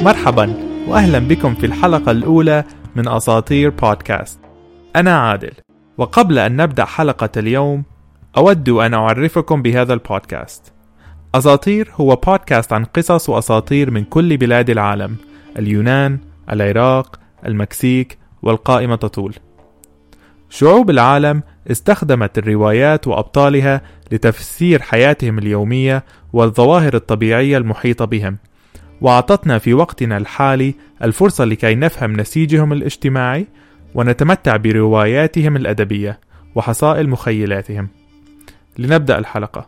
مرحبا وأهلا بكم في الحلقة الأولى من أساطير بودكاست. أنا عادل، وقبل أن نبدأ حلقة اليوم أود أن أعرفكم بهذا البودكاست. أساطير هو بودكاست عن قصص وأساطير من كل بلاد العالم: اليونان، العراق، المكسيك، والقائمة تطول. شعوب العالم استخدمت الروايات وأبطالها لتفسير حياتهم اليومية والظواهر الطبيعية المحيطة بهم، وأعطتنا في وقتنا الحالي الفرصة لكي نفهم نسيجهم الاجتماعي ونتمتع برواياتهم الأدبية وحصائل مخيلاتهم. لنبدأ الحلقة.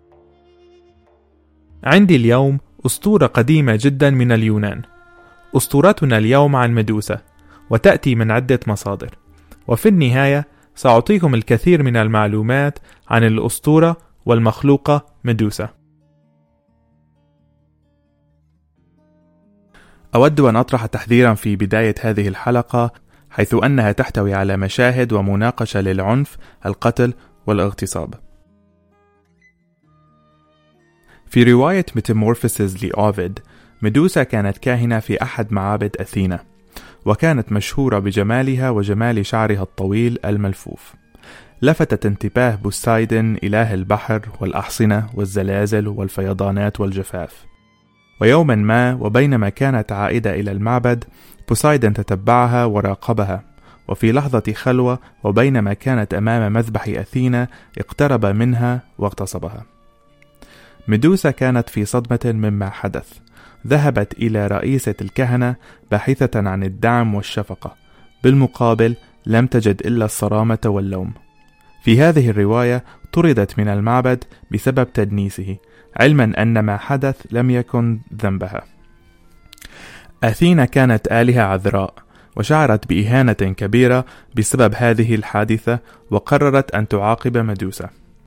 عندي اليوم أسطورة قديمة جدا من اليونان. أسطورتنا اليوم عن ميدوسا، وتأتي من عدة مصادر، وفي النهاية سأعطيكم الكثير من المعلومات عن الأسطورة والمخلوقة ميدوسا. أود أن أطرح تحذيرا في بداية هذه الحلقة، حيث أنها تحتوي على مشاهد ومناقشة للعنف، القتل والاغتصاب. في رواية ميتامورفوسيس لأوفيد، ميدوسا كانت كاهنة في أحد معابد أثينا، وكانت مشهورة بجمالها وجمال شعرها الطويل الملفوف. لفتت انتباه بوسايدن إله البحر والأحصنة والزلازل والفيضانات والجفاف. ويوما ما وبينما كانت عائدة إلى المعبد، بوسايدن تتبعها وراقبها، وفي لحظة خلوة وبينما كانت أمام مذبح أثينا اقترب منها واغتصبها. ميدوسا كانت في صدمة مما حدث. ذهبت إلى رئيسة الكهنة باحثة عن الدعم والشفقة، بالمقابل لم تجد إلا الصرامة واللوم. في هذه الرواية طردت من المعبد بسبب تدنيسه، علما أن ما حدث لم يكن ذنبها. أثينا كانت آلهة عذراء، وشعرت بإهانة كبيرة بسبب هذه الحادثة، وقررت أن تعاقب ميدوسا.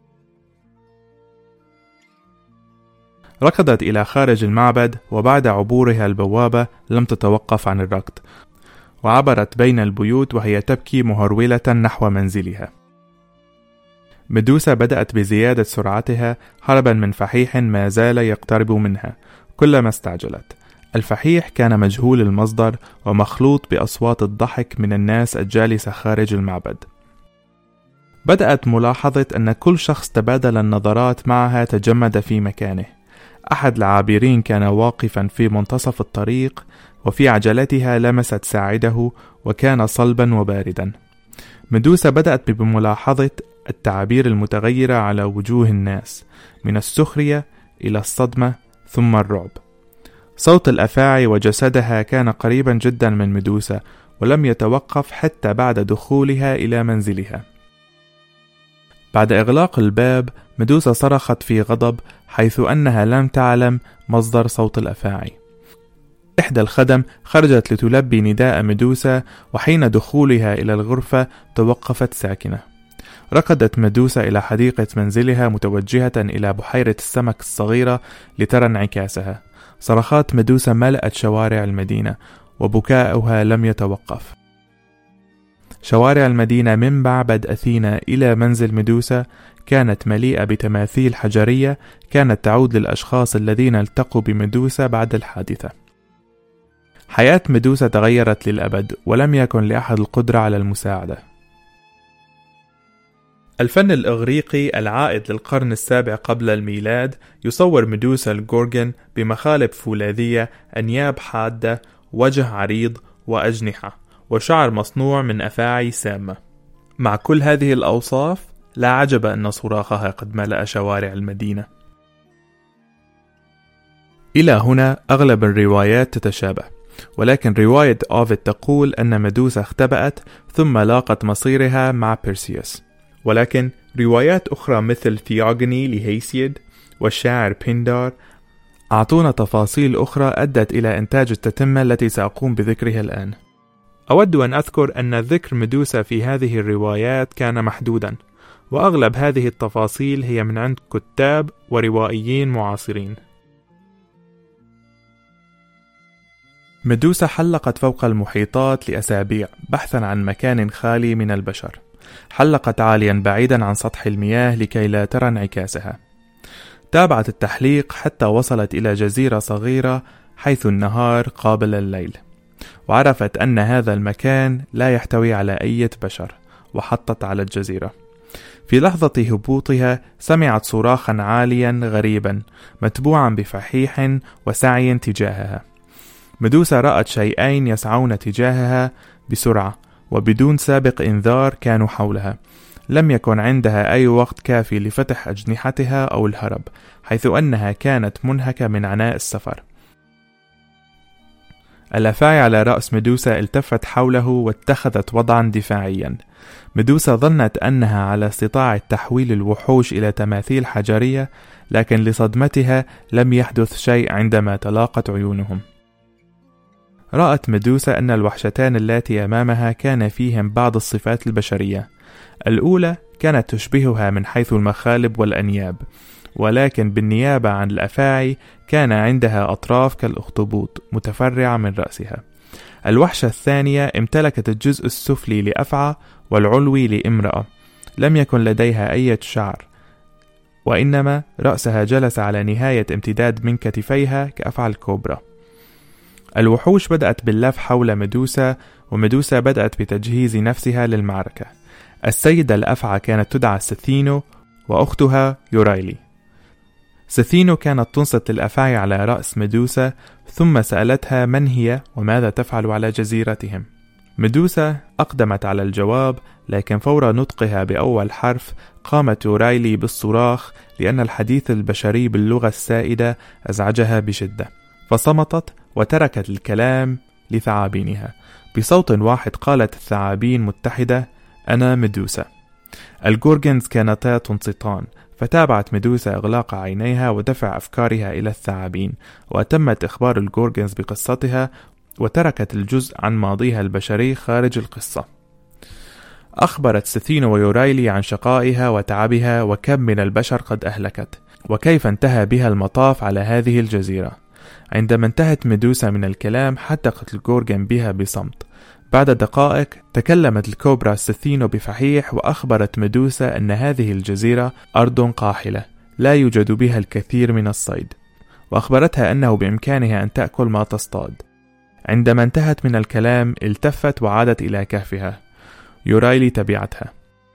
ركضت إلى خارج المعبد، وبعد عبورها البوابة لم تتوقف عن الركض، وعبرت بين البيوت وهي تبكي مهرولة نحو منزلها. ميدوسا بدأت بزيادة سرعتها هربا من فحيح ما زال يقترب منها كلما استعجلت. الفحيح كان مجهول المصدر ومخلوط بأصوات الضحك من الناس الجالسة خارج المعبد. بدأت ملاحظة أن كل شخص تبادل النظرات معها تجمد في مكانه. أحد العابرين كان واقفا في منتصف الطريق، وفي عجلتها لمست ساعده وكان صلبا وباردا. ميدوسا بدأت بملاحظة التعابير المتغيرة على وجوه الناس، من السخرية إلى الصدمة ثم الرعب. صوت الأفاعي وجسدها كان قريبا جدا من ميدوسا، ولم يتوقف حتى بعد دخولها إلى منزلها. بعد إغلاق الباب، ميدوسا صرخت في غضب، حيث أنها لم تعلم مصدر صوت الأفاعي. إحدى الخدم خرجت لتلبي نداء ميدوسا، وحين دخولها إلى الغرفة توقفت ساكنة. ركضت ميدوسا إلى حديقة منزلها متوجهة إلى بحيرة السمك الصغيرة لترى انعكاسها. صرخات ميدوسا ملأت شوارع المدينة، وبكاؤها لم يتوقف. شوارع المدينة من معبد أثينا إلى منزل ميدوسا كانت مليئة بتماثيل حجرية كانت تعود للأشخاص الذين التقوا بميدوسا بعد الحادثة. حياة ميدوسا تغيرت للأبد، ولم يكن لأحد القدرة على المساعدة. الفن الإغريقي العائد للقرن السابع قبل الميلاد يصور ميدوسا الجورجن بمخالب فولاذية، أنياب حادة، وجه عريض، وأجنحة، وشعر مصنوع من أفاعي سامة. مع كل هذه الأوصاف، لا عجب أن صراخها قد ملأ شوارع المدينة. إلى هنا أغلب الروايات تتشابه، ولكن رواية أوفيد تقول أن ميدوسا اختبأت ثم لاقت مصيرها مع بيرسيوس. ولكن روايات أخرى مثل ثيوغني لهيسيد والشاعر بيندار أعطونا تفاصيل أخرى أدت إلى إنتاج التتمة التي سأقوم بذكرها الآن. أود أن أذكر أن ذكر ميدوسا في هذه الروايات كان محدودا، وأغلب هذه التفاصيل هي من عند كتاب وروائيين معاصرين. ميدوسا حلقت فوق المحيطات لأسابيع بحثا عن مكان خالي من البشر. حلقت عاليا بعيدا عن سطح المياه لكي لا ترى انعكاسها. تابعت التحليق حتى وصلت إلى جزيرة صغيرة حيث النهار قابل الليل، وعرفت أن هذا المكان لا يحتوي على أي بشر، وحطت على الجزيرة. في لحظة هبوطها سمعت صراخا عاليا غريبا متبوعا بفحيح وسعي تجاهها. ميدوسا رأت شيئين يسعون تجاهها بسرعة وبدون سابق إنذار كانوا حولها. لم يكن عندها أي وقت كافي لفتح أجنحتها أو الهرب، حيث أنها كانت منهكة من عناء السفر. الأفاعي على رأس ميدوسا التفت حوله واتخذت وضعا دفاعيا. ميدوسا ظنت أنها على استطاعة تحويل الوحوش إلى تماثيل حجرية، لكن لصدمتها لم يحدث شيء عندما تلاقت عيونهم. رأت ميدوسا أن الوحشتان اللاتي أمامها كان فيهم بعض الصفات البشرية. الأولى كانت تشبهها من حيث المخالب والأنياب، ولكن بالنيابة عن الأفاعي كان عندها أطراف كالأخطبوط متفرعة من رأسها. الوحشة الثانية امتلكت الجزء السفلي لأفعى والعلوي لامرأة، لم يكن لديها أي شعر، وإنما رأسها جلس على نهاية امتداد من كتفيها كأفعى الكوبرا. الوحوش بدأت باللف حول ميدوسا، وميدوسا بدأت بتجهيز نفسها للمعركة. السيدة الأفعى كانت تدعى سثينو، وأختها يورايلي. سثينو كانت تنصت الأفاعي على رأس ميدوسا، ثم سألتها من هي وماذا تفعل على جزيرتهم. ميدوسا أقدمت على الجواب، لكن فور نطقها بأول حرف قامت يورايلي بالصراخ، لأن الحديث البشري باللغة السائدة أزعجها بشدة، فصمتت وتركت الكلام لثعابينها. بصوت واحد قالت الثعابين متحدة: أنا ميدوسا. الجورجنز كانتا تنصتان، فتابعت ميدوسا إغلاق عينيها ودفع أفكارها إلى الثعابين، وتمت إخبار الجورجنز بقصتها، وتركت الجزء عن ماضيها البشري خارج القصة. أخبرت سثينو ويورايلي عن شقائها وتعبها وكم من البشر قد أهلكت، وكيف انتهى بها المطاف على هذه الجزيرة. عندما انتهت ميدوسا من الكلام حدقت الجورجن بها بصمت. بعد دقائق تكلمت الكوبرا سثينو بفحيح، وأخبرت ميدوسا أن هذه الجزيرة أرض قاحلة لا يوجد بها الكثير من الصيد، وأخبرتها أنه بإمكانها أن تأكل ما تصطاد. عندما انتهت من الكلام التفت وعادت إلى كهفها. يورايلي تبعتها.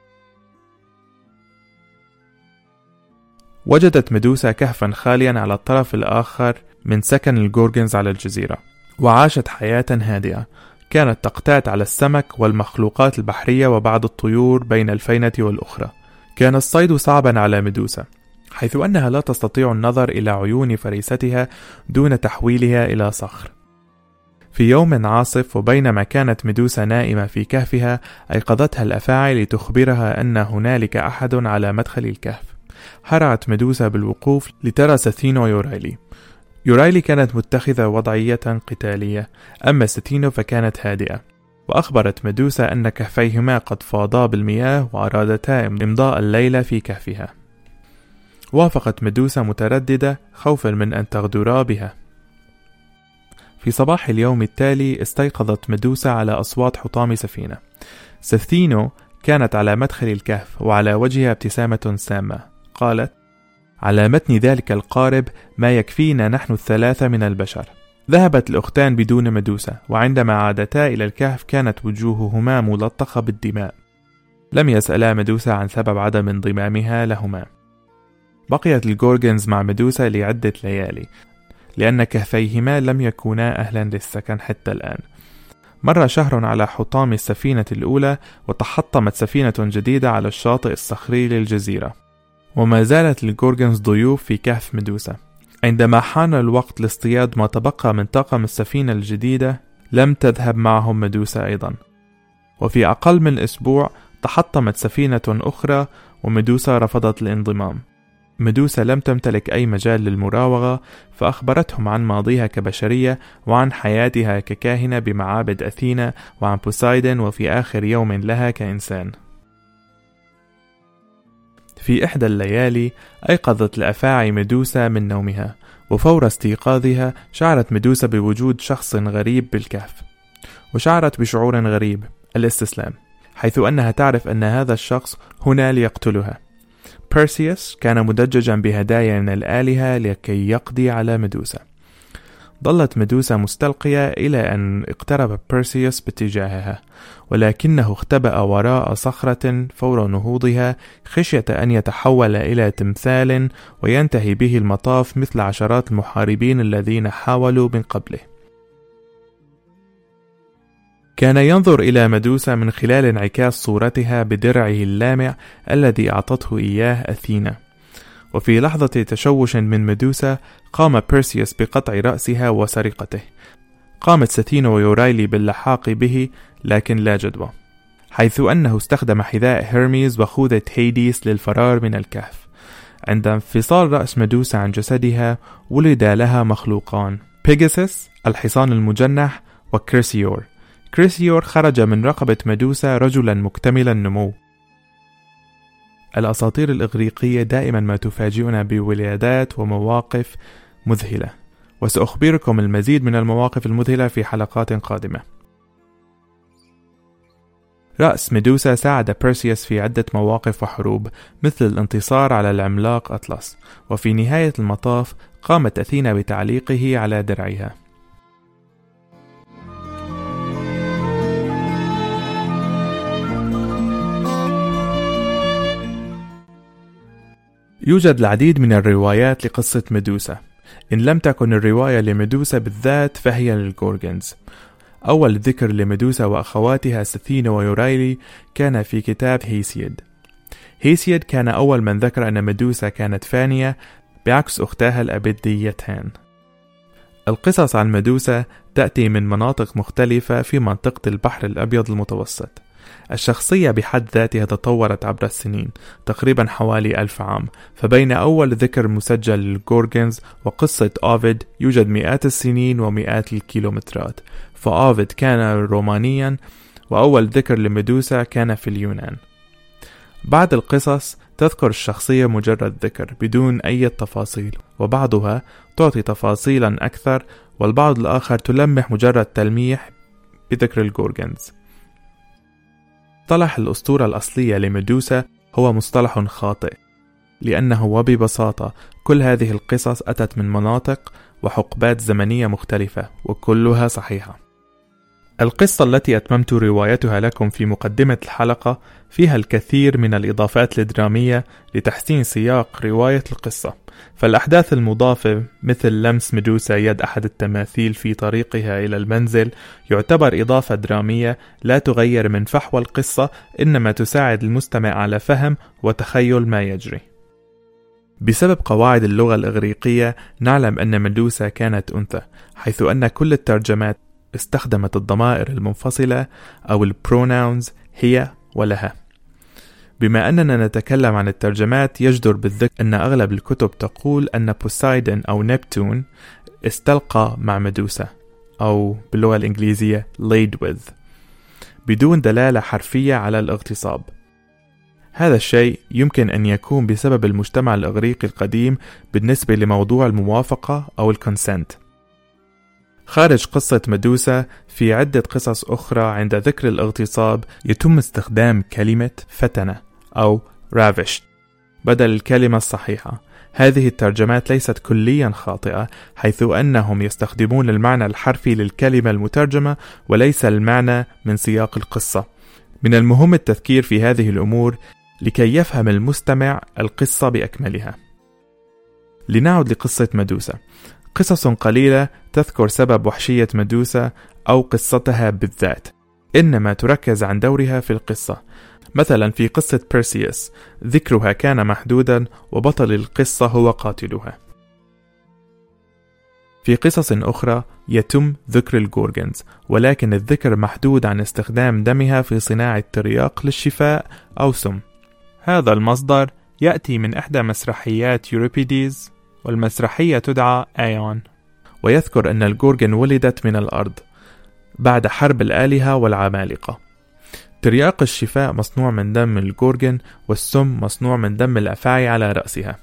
وجدت ميدوسا كهفا خاليا على الطرف الآخر من سكن الجورجنز على الجزيرة، وعاشت حياة هادئة. كانت تقتات على السمك والمخلوقات البحرية وبعض الطيور بين الفينة والأخرى. كان الصيد صعبا على ميدوسا، حيث أنها لا تستطيع النظر إلى عيون فريستها دون تحويلها إلى صخر. في يوم عاصف، وبينما كانت ميدوسا نائمة في كهفها، أيقظتها الأفاعي لتخبرها أن هنالك أحد على مدخل الكهف. هرعت ميدوسا بالوقوف لترى سثينو ويورايلي. يورايلي كانت متخذة وضعية قتالية، أما سثينو فكانت هادئة، وأخبرت ميدوسا أن كهفيهما قد فاضا بالمياه وأرادتا إمضاء الليلة في كهفها. وافقت ميدوسا مترددة خوفا من أن تغدرا بها. في صباح اليوم التالي استيقظت ميدوسا على أصوات حطام سفينة. سثينو كانت على مدخل الكهف وعلى وجهها ابتسامة سامة. قالت: على متن ذلك القارب ما يكفينا نحن الثلاثة من البشر. ذهبت الأختان بدون ميدوسا، وعندما عادتا إلى الكهف كانت وجوههما ملطخة بالدماء. لم يسألا ميدوسا عن سبب عدم انضمامها لهما. بقيت الجورجنز مع ميدوسا لعدة ليالي، لأن كهفيهما لم يكونا أهلا للسكن حتى الآن. مر شهر على حطام السفينة الأولى، وتحطمت سفينة جديدة على الشاطئ الصخري للجزيرة، وما زالت الجورجنز ضيوف في كهف ميدوسا. عندما حان الوقت لاصطياد ما تبقى من طاقم السفينة الجديدة، لم تذهب معهم ميدوسا أيضا. وفي أقل من أسبوع تحطمت سفينة أخرى، وميدوسا رفضت الانضمام. ميدوسا لم تمتلك أي مجال للمراوغة، فأخبرتهم عن ماضيها كبشرية، وعن حياتها ككاهنة بمعابد أثينا، وعن بوسايدن، وفي آخر يوم لها كإنسان. في إحدى الليالي أيقظت الأفاعي ميدوسا من نومها، وفور استيقاظها شعرت ميدوسا بوجود شخص غريب بالكهف، وشعرت بشعور غريب، الاستسلام، حيث أنها تعرف أن هذا الشخص هنا ليقتلها. بيرسيوس كان مدججا بهدايا من الآلهة لكي يقضي على ميدوسا. ظلت ميدوسا مستلقية إلى أن اقترب بيرسيوس باتجاهها، ولكنه اختبأ وراء صخرة فور نهوضها خشية أن يتحول إلى تمثال وينتهي به المطاف مثل عشرات المحاربين الذين حاولوا من قبله. كان ينظر إلى ميدوسا من خلال انعكاس صورتها بدرعه اللامع الذي أعطته إياه أثينا، وفي لحظة تشوش من ميدوسا قام بيرسيوس بقطع رأسها وسرقته. قامت ساتينا ويورايلي باللحاق به لكن لا جدوى، حيث أنه استخدم حذاء هيرميز وخوذة هيديس للفرار من الكهف. عند انفصال رأس ميدوسا عن جسدها ولد لها مخلوقان، بيجاسوس الحصان المجنح وكريسيور. كريسيور خرج من رقبة ميدوسا رجلا مكتمل النمو. الأساطير الإغريقية دائما ما تفاجئنا بولادات ومواقف مذهلة، وسأخبركم المزيد من المواقف المذهلة في حلقات قادمة. رأس ميدوسا ساعد بيرسيوس في عدة مواقف وحروب مثل الانتصار على العملاق أطلس، وفي نهاية المطاف قامت أثينا بتعليقه على درعها. يوجد العديد من الروايات لقصة ميدوسا. إن لم تكن الرواية لميدوسا بالذات فهي للجورجنز. أول ذكر لميدوسا وأخواتها ساثينا ويورايلي كان في كتاب هيسيد. هيسيد كان أول من ذكر أن ميدوسا كانت فانية بعكس أختها الأبديتان. القصص عن ميدوسا تأتي من مناطق مختلفة في منطقة البحر الأبيض المتوسط. الشخصية بحد ذاتها تطورت عبر السنين تقريبا حوالي 1000 عام، فبين أول ذكر مسجل للجورجنز وقصة أوفيد يوجد مئات السنين ومئات الكيلومترات. فأوفيد كان رومانيا وأول ذكر لميدوسا كان في اليونان. بعض القصص تذكر الشخصية مجرد ذكر بدون أي تفاصيل، وبعضها تعطي تفاصيلا أكثر، والبعض الآخر تلمح مجرد تلميح بذكر الجورجنز. مصطلح الأسطورة الأصلية لميدوسا هو مصطلح خاطئ، لأنه وببساطة كل هذه القصص أتت من مناطق وحقبات زمنية مختلفة وكلها صحيحة. القصة التي أتممت روايتها لكم في مقدمة الحلقة فيها الكثير من الإضافات الدرامية لتحسين سياق رواية القصة، فالأحداث المضافة مثل لمس ميدوسا يد أحد التماثيل في طريقها إلى المنزل يعتبر إضافة درامية لا تغير من فحوى القصة، إنما تساعد المستمع على فهم وتخيل ما يجري. بسبب قواعد اللغة الإغريقية نعلم أن ميدوسا كانت أنثى، حيث أن كل الترجمات استخدمت الضمائر المنفصلة أو البروناونز هي ولها. بما أننا نتكلم عن الترجمات يجدر بالذكر أن أغلب الكتب تقول أن بوسايدون أو نبتون استلقى مع ميدوسا، أو باللغة الإنجليزية laid with، بدون دلالة حرفية على الاغتصاب. هذا الشيء يمكن أن يكون بسبب المجتمع الإغريقي القديم بالنسبة لموضوع الموافقة أو الكونسنت. خارج قصة ميدوسا في عدة قصص أخرى عند ذكر الاغتصاب يتم استخدام كلمة فتنة أو ravished بدل الكلمة الصحيحة. هذه الترجمات ليست كليا خاطئة، حيث أنهم يستخدمون المعنى الحرفي للكلمة المترجمة وليس المعنى من سياق القصة. من المهم التذكير في هذه الأمور لكي يفهم المستمع القصة بأكملها. لنعد لقصة ميدوسا. قصص قليلة تذكر سبب وحشية ميدوسا أو قصتها بالذات، إنما تركز عن دورها في القصة. مثلا في قصة بيرسيوس ذكرها كان محدودا وبطل القصة هو قاتلها. في قصص أخرى يتم ذكر الجورجنز، ولكن الذكر محدود عن استخدام دمها في صناعة ترياق للشفاء أو سم. هذا المصدر يأتي من إحدى مسرحيات يوريبيديز، والمسرحية تدعى آيون، ويذكر أن الجورجن ولدت من الأرض بعد حرب الآلهة والعمالقة. ترياق الشفاء مصنوع من دم الجورجن، والسم مصنوع من دم الأفاعي على رأسها.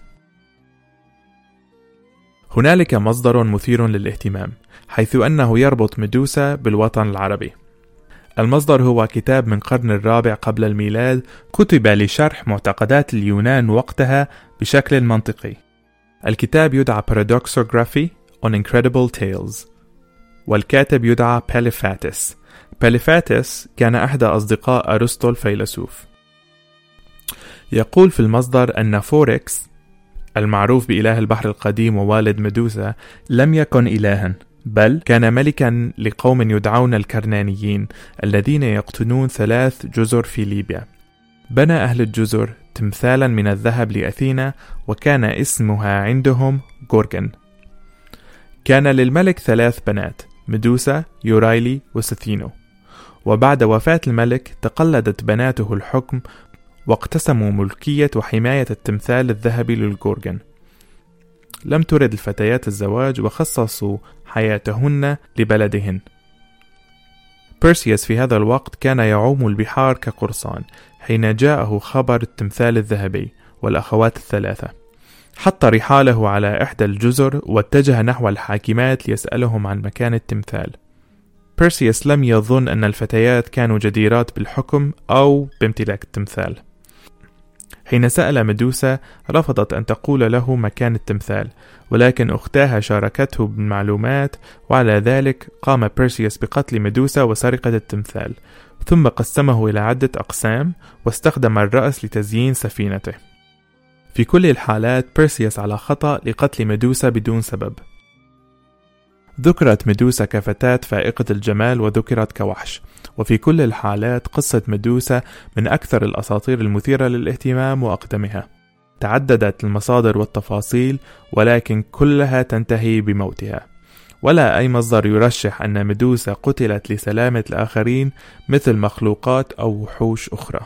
هنالك مصدر مثير للاهتمام، حيث أنه يربط ميدوسا بالوطن العربي. المصدر هو كتاب من القرن الرابع قبل الميلاد، كتب لشرح معتقدات اليونان وقتها بشكل منطقي. الكتاب يدعى Paradoxography on Incredible Tales، والكاتب يدعى باليفاتس. باليفاتس كان أحد أصدقاء أرسطو الفيلسوف. يقول في المصدر أن فوركس المعروف بإله البحر القديم ووالد ميدوسا لم يكن إلها، بل كان ملكا لقوم يدعون الكرنانيين الذين يقطنون 3 جزر في ليبيا. بنى أهل الجزر تمثالا من الذهب لأثينا، وكان اسمها عندهم غورجن. كان للملك 3 بنات، ميدوسا، يورايلي، وستينو. وبعد وفاة الملك تقلدت بناته الحكم، واقتسموا ملكية وحماية التمثال الذهبي للغورجن. لم ترد الفتيات الزواج، وخصصوا حياتهن لبلدهن. بيرسيوس في هذا الوقت كان يعوم البحار كقرصان حين جاءه خبر التمثال الذهبي والأخوات ال3. حط رحاله على إحدى الجزر واتجه نحو الحاكمات ليسألهم عن مكان التمثال. بيرسيوس لم يظن أن الفتيات كانوا جديرات بالحكم أو بامتلاك التمثال. حين سأل ميدوسا رفضت أن تقول له مكان التمثال، ولكن أختها شاركته بالمعلومات، وعلى ذلك قام بيرسيوس بقتل ميدوسا وسرقة التمثال، ثم قسمه إلى عدة أقسام واستخدم الرأس لتزيين سفينته. في كل الحالات بيرسيوس على خطأ لقتل ميدوسا بدون سبب. ذكرت ميدوسا كفتاة فائقة الجمال وذكرت كوحش، وفي كل الحالات قصة ميدوسا من أكثر الأساطير المثيرة للاهتمام وأقدمها. تعددت المصادر والتفاصيل، ولكن كلها تنتهي بموتها، ولا أي مصدر يرشح أن ميدوسا قتلت لسلامة الآخرين مثل مخلوقات أو وحوش أخرى.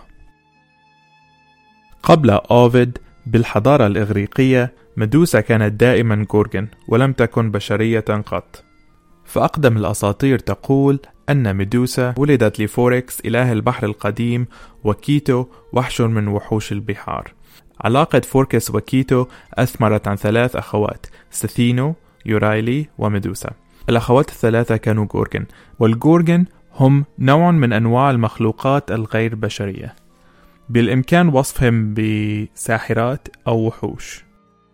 قبل أوفيد بالحضارة الإغريقية ميدوسا كانت دائما غورجن ولم تكن بشرية قط. فأقدم الأساطير تقول أن ميدوسا ولدت لفوركس إله البحر القديم، وكيتو وحش من وحوش البحار. علاقة فوركس وكيتو أثمرت عن 3 أخوات، ستينو، يورايلي، وميدوسا. الأخوات ال3 كانوا غورجن، والغورجن هم نوع من أنواع المخلوقات الغير بشرية، بالإمكان وصفهم بساحرات أو وحوش.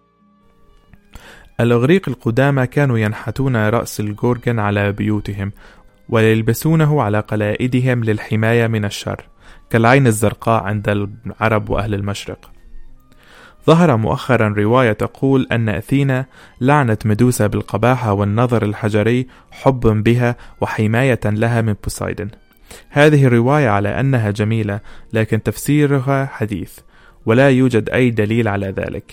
الإغريق القدامى كانوا ينحتون رأس الغورجن على بيوتهم ويلبسونه على قلائدهم للحماية من الشر، كالعين الزرقاء عند العرب وأهل المشرق. ظهر مؤخرا رواية تقول أن أثينا لعنت ميدوسا بالقباحة والنظر الحجري حبا بها وحماية لها من بوسايدن. هذه الرواية على أنها جميلة، لكن تفسيرها حديث، ولا يوجد أي دليل على ذلك.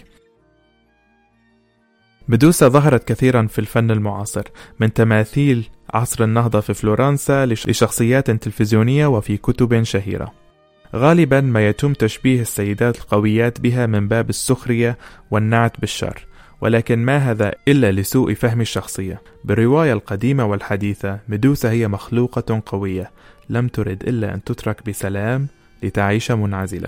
ميدوسا ظهرت كثيرا في الفن المعاصر، من تماثيل عصر النهضة في فلورنسا لشخصيات تلفزيونية وفي كتب شهيرة. غالبا ما يتم تشبيه السيدات القويات بها من باب السخرية والنعت بالشر، ولكن ما هذا إلا لسوء فهم الشخصية. بالرواية القديمة والحديثة ميدوسا هي مخلوقة قوية لم ترد إلا أن تترك بسلام لتعيش منعزلة.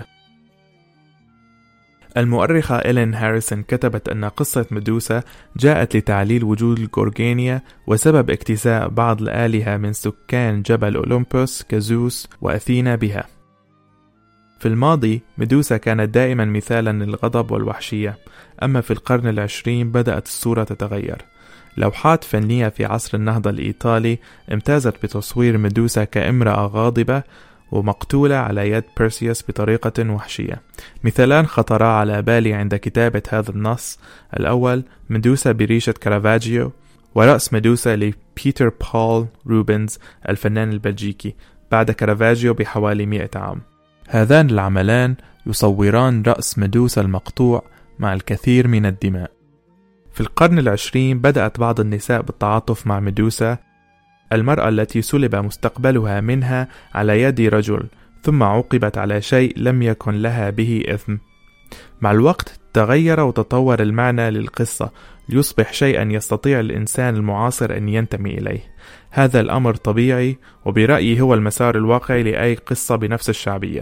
المؤرخة إلين هاريسون كتبت أن قصة ميدوسا جاءت لتعليل وجود الغورجينيا وسبب اكتساء بعض الآلهة من سكان جبل أولمبوس كزوس وأثينا بها. في الماضي ميدوسا كانت دائما مثالا للغضب والوحشية، أما في القرن العشرين بدأت الصورة تتغير. لوحات فنية في عصر النهضة الإيطالي امتازت بتصوير ميدوسا كامرأة غاضبة ومقتولة على يد بيرسيوس بطريقة وحشية. مثالان خطرا على بالي عند كتابة هذا النص: الأول ميدوسا بريشة كارافاجيو، ورأس ميدوسا لبيتر بول روبنز الفنان البلجيكي بعد كارافاجيو بحوالي 100 عام. هذان العملان يصوران رأس ميدوسا المقطوع مع الكثير من الدماء. في القرن العشرين بدأت بعض النساء بالتعاطف مع ميدوسا، المرأة التي سلب مستقبلها منها على يد رجل، ثم عوقبت على شيء لم يكن لها به إثم. مع الوقت تغير وتطور المعنى للقصة ليصبح شيئا يستطيع الإنسان المعاصر أن ينتمي إليه. هذا الأمر طبيعي، وبرأيي هو المسار الواقعي لأي قصة بنفس الشعبية.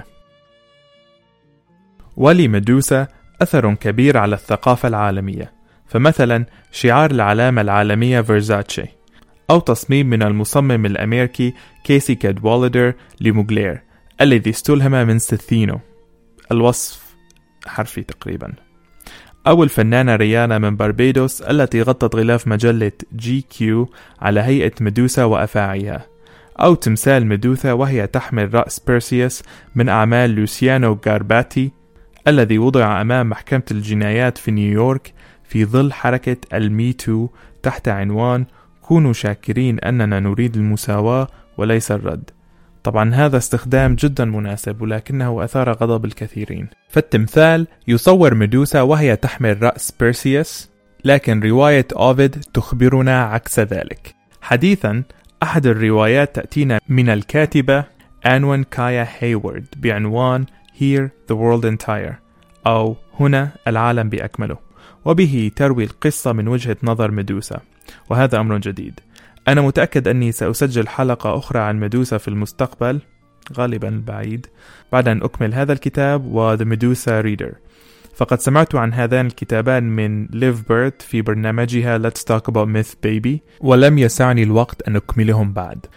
ولميدوسا أثر كبير على الثقافة العالمية، فمثلا شعار العلامة العالمية فيرزاتشي، أو تصميم من المصمم الأمريكي كيسي كادوالدر لموغلير الذي استلهم من ستينو، الوصف حرفي تقريبا، أو الفنانة ريانا من باربادوس التي غطت غلاف مجلة GQ على هيئة ميدوسا وأفاعيها، أو تمثال ميدوسا وهي تحمل رأس بيرسيوس من أعمال لوسيانو غارباتي الذي وضع أمام محكمة الجنايات في نيويورك في ظل حركة الميتو تحت عنوان كونوا شاكرين أننا نريد المساواة وليس الرد. طبعا هذا استخدام جدا مناسب ولكنه أثار غضب الكثيرين. فالتمثال يصور ميدوسا وهي تحمل رأس بيرسيوس، لكن رواية أوفيد تخبرنا عكس ذلك. حديثا أحد الروايات تأتينا من الكاتبة أنوين كايا هايورد بعنوان Here the World Entire أو هنا العالم بأكمله، وبه تروي القصة من وجهة نظر ميدوسا، وهذا أمر جديد. أنا متأكد أني سأسجل حلقة أخرى عن ميدوسا في المستقبل غالبا البعيد بعد أن أكمل هذا الكتاب و The Medusa Reader، فقد سمعت عن هذان الكتابان من ليف بيرت في برنامجها Let's Talk About Myth Baby، ولم يسعني الوقت أن أكملهم بعد.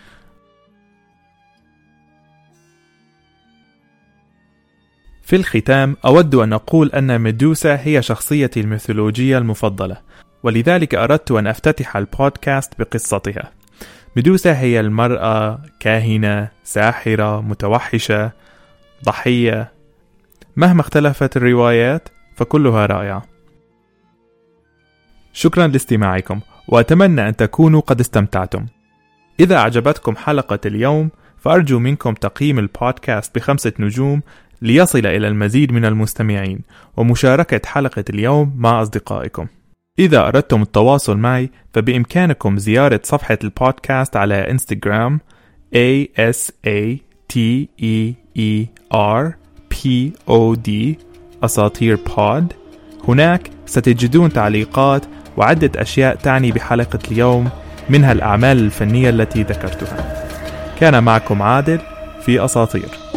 في الختام أود أن أقول أن ميدوسا هي شخصيتي الميثولوجية المفضلة، ولذلك أردت أن أفتتح البودكاست بقصتها. ميدوسا هي المرأة كاهنة، ساحرة، متوحشة، ضحية، مهما اختلفت الروايات فكلها رائعة. شكرا لاستماعكم، وأتمنى أن تكونوا قد استمتعتم. إذا أعجبتكم حلقة اليوم فأرجو منكم تقييم البودكاست ب5 نجوم ليصل إلى المزيد من المستمعين، ومشاركة حلقة اليوم مع أصدقائكم. إذا أردتم التواصل معي فبإمكانكم زيارة صفحة البودكاست على إنستغرام ASATEERPOD أساطير بود. هناك ستجدون تعليقات وعدة أشياء تعني بحلقة اليوم، منها الأعمال الفنية التي ذكرتها. كان معكم عادل في أساطير.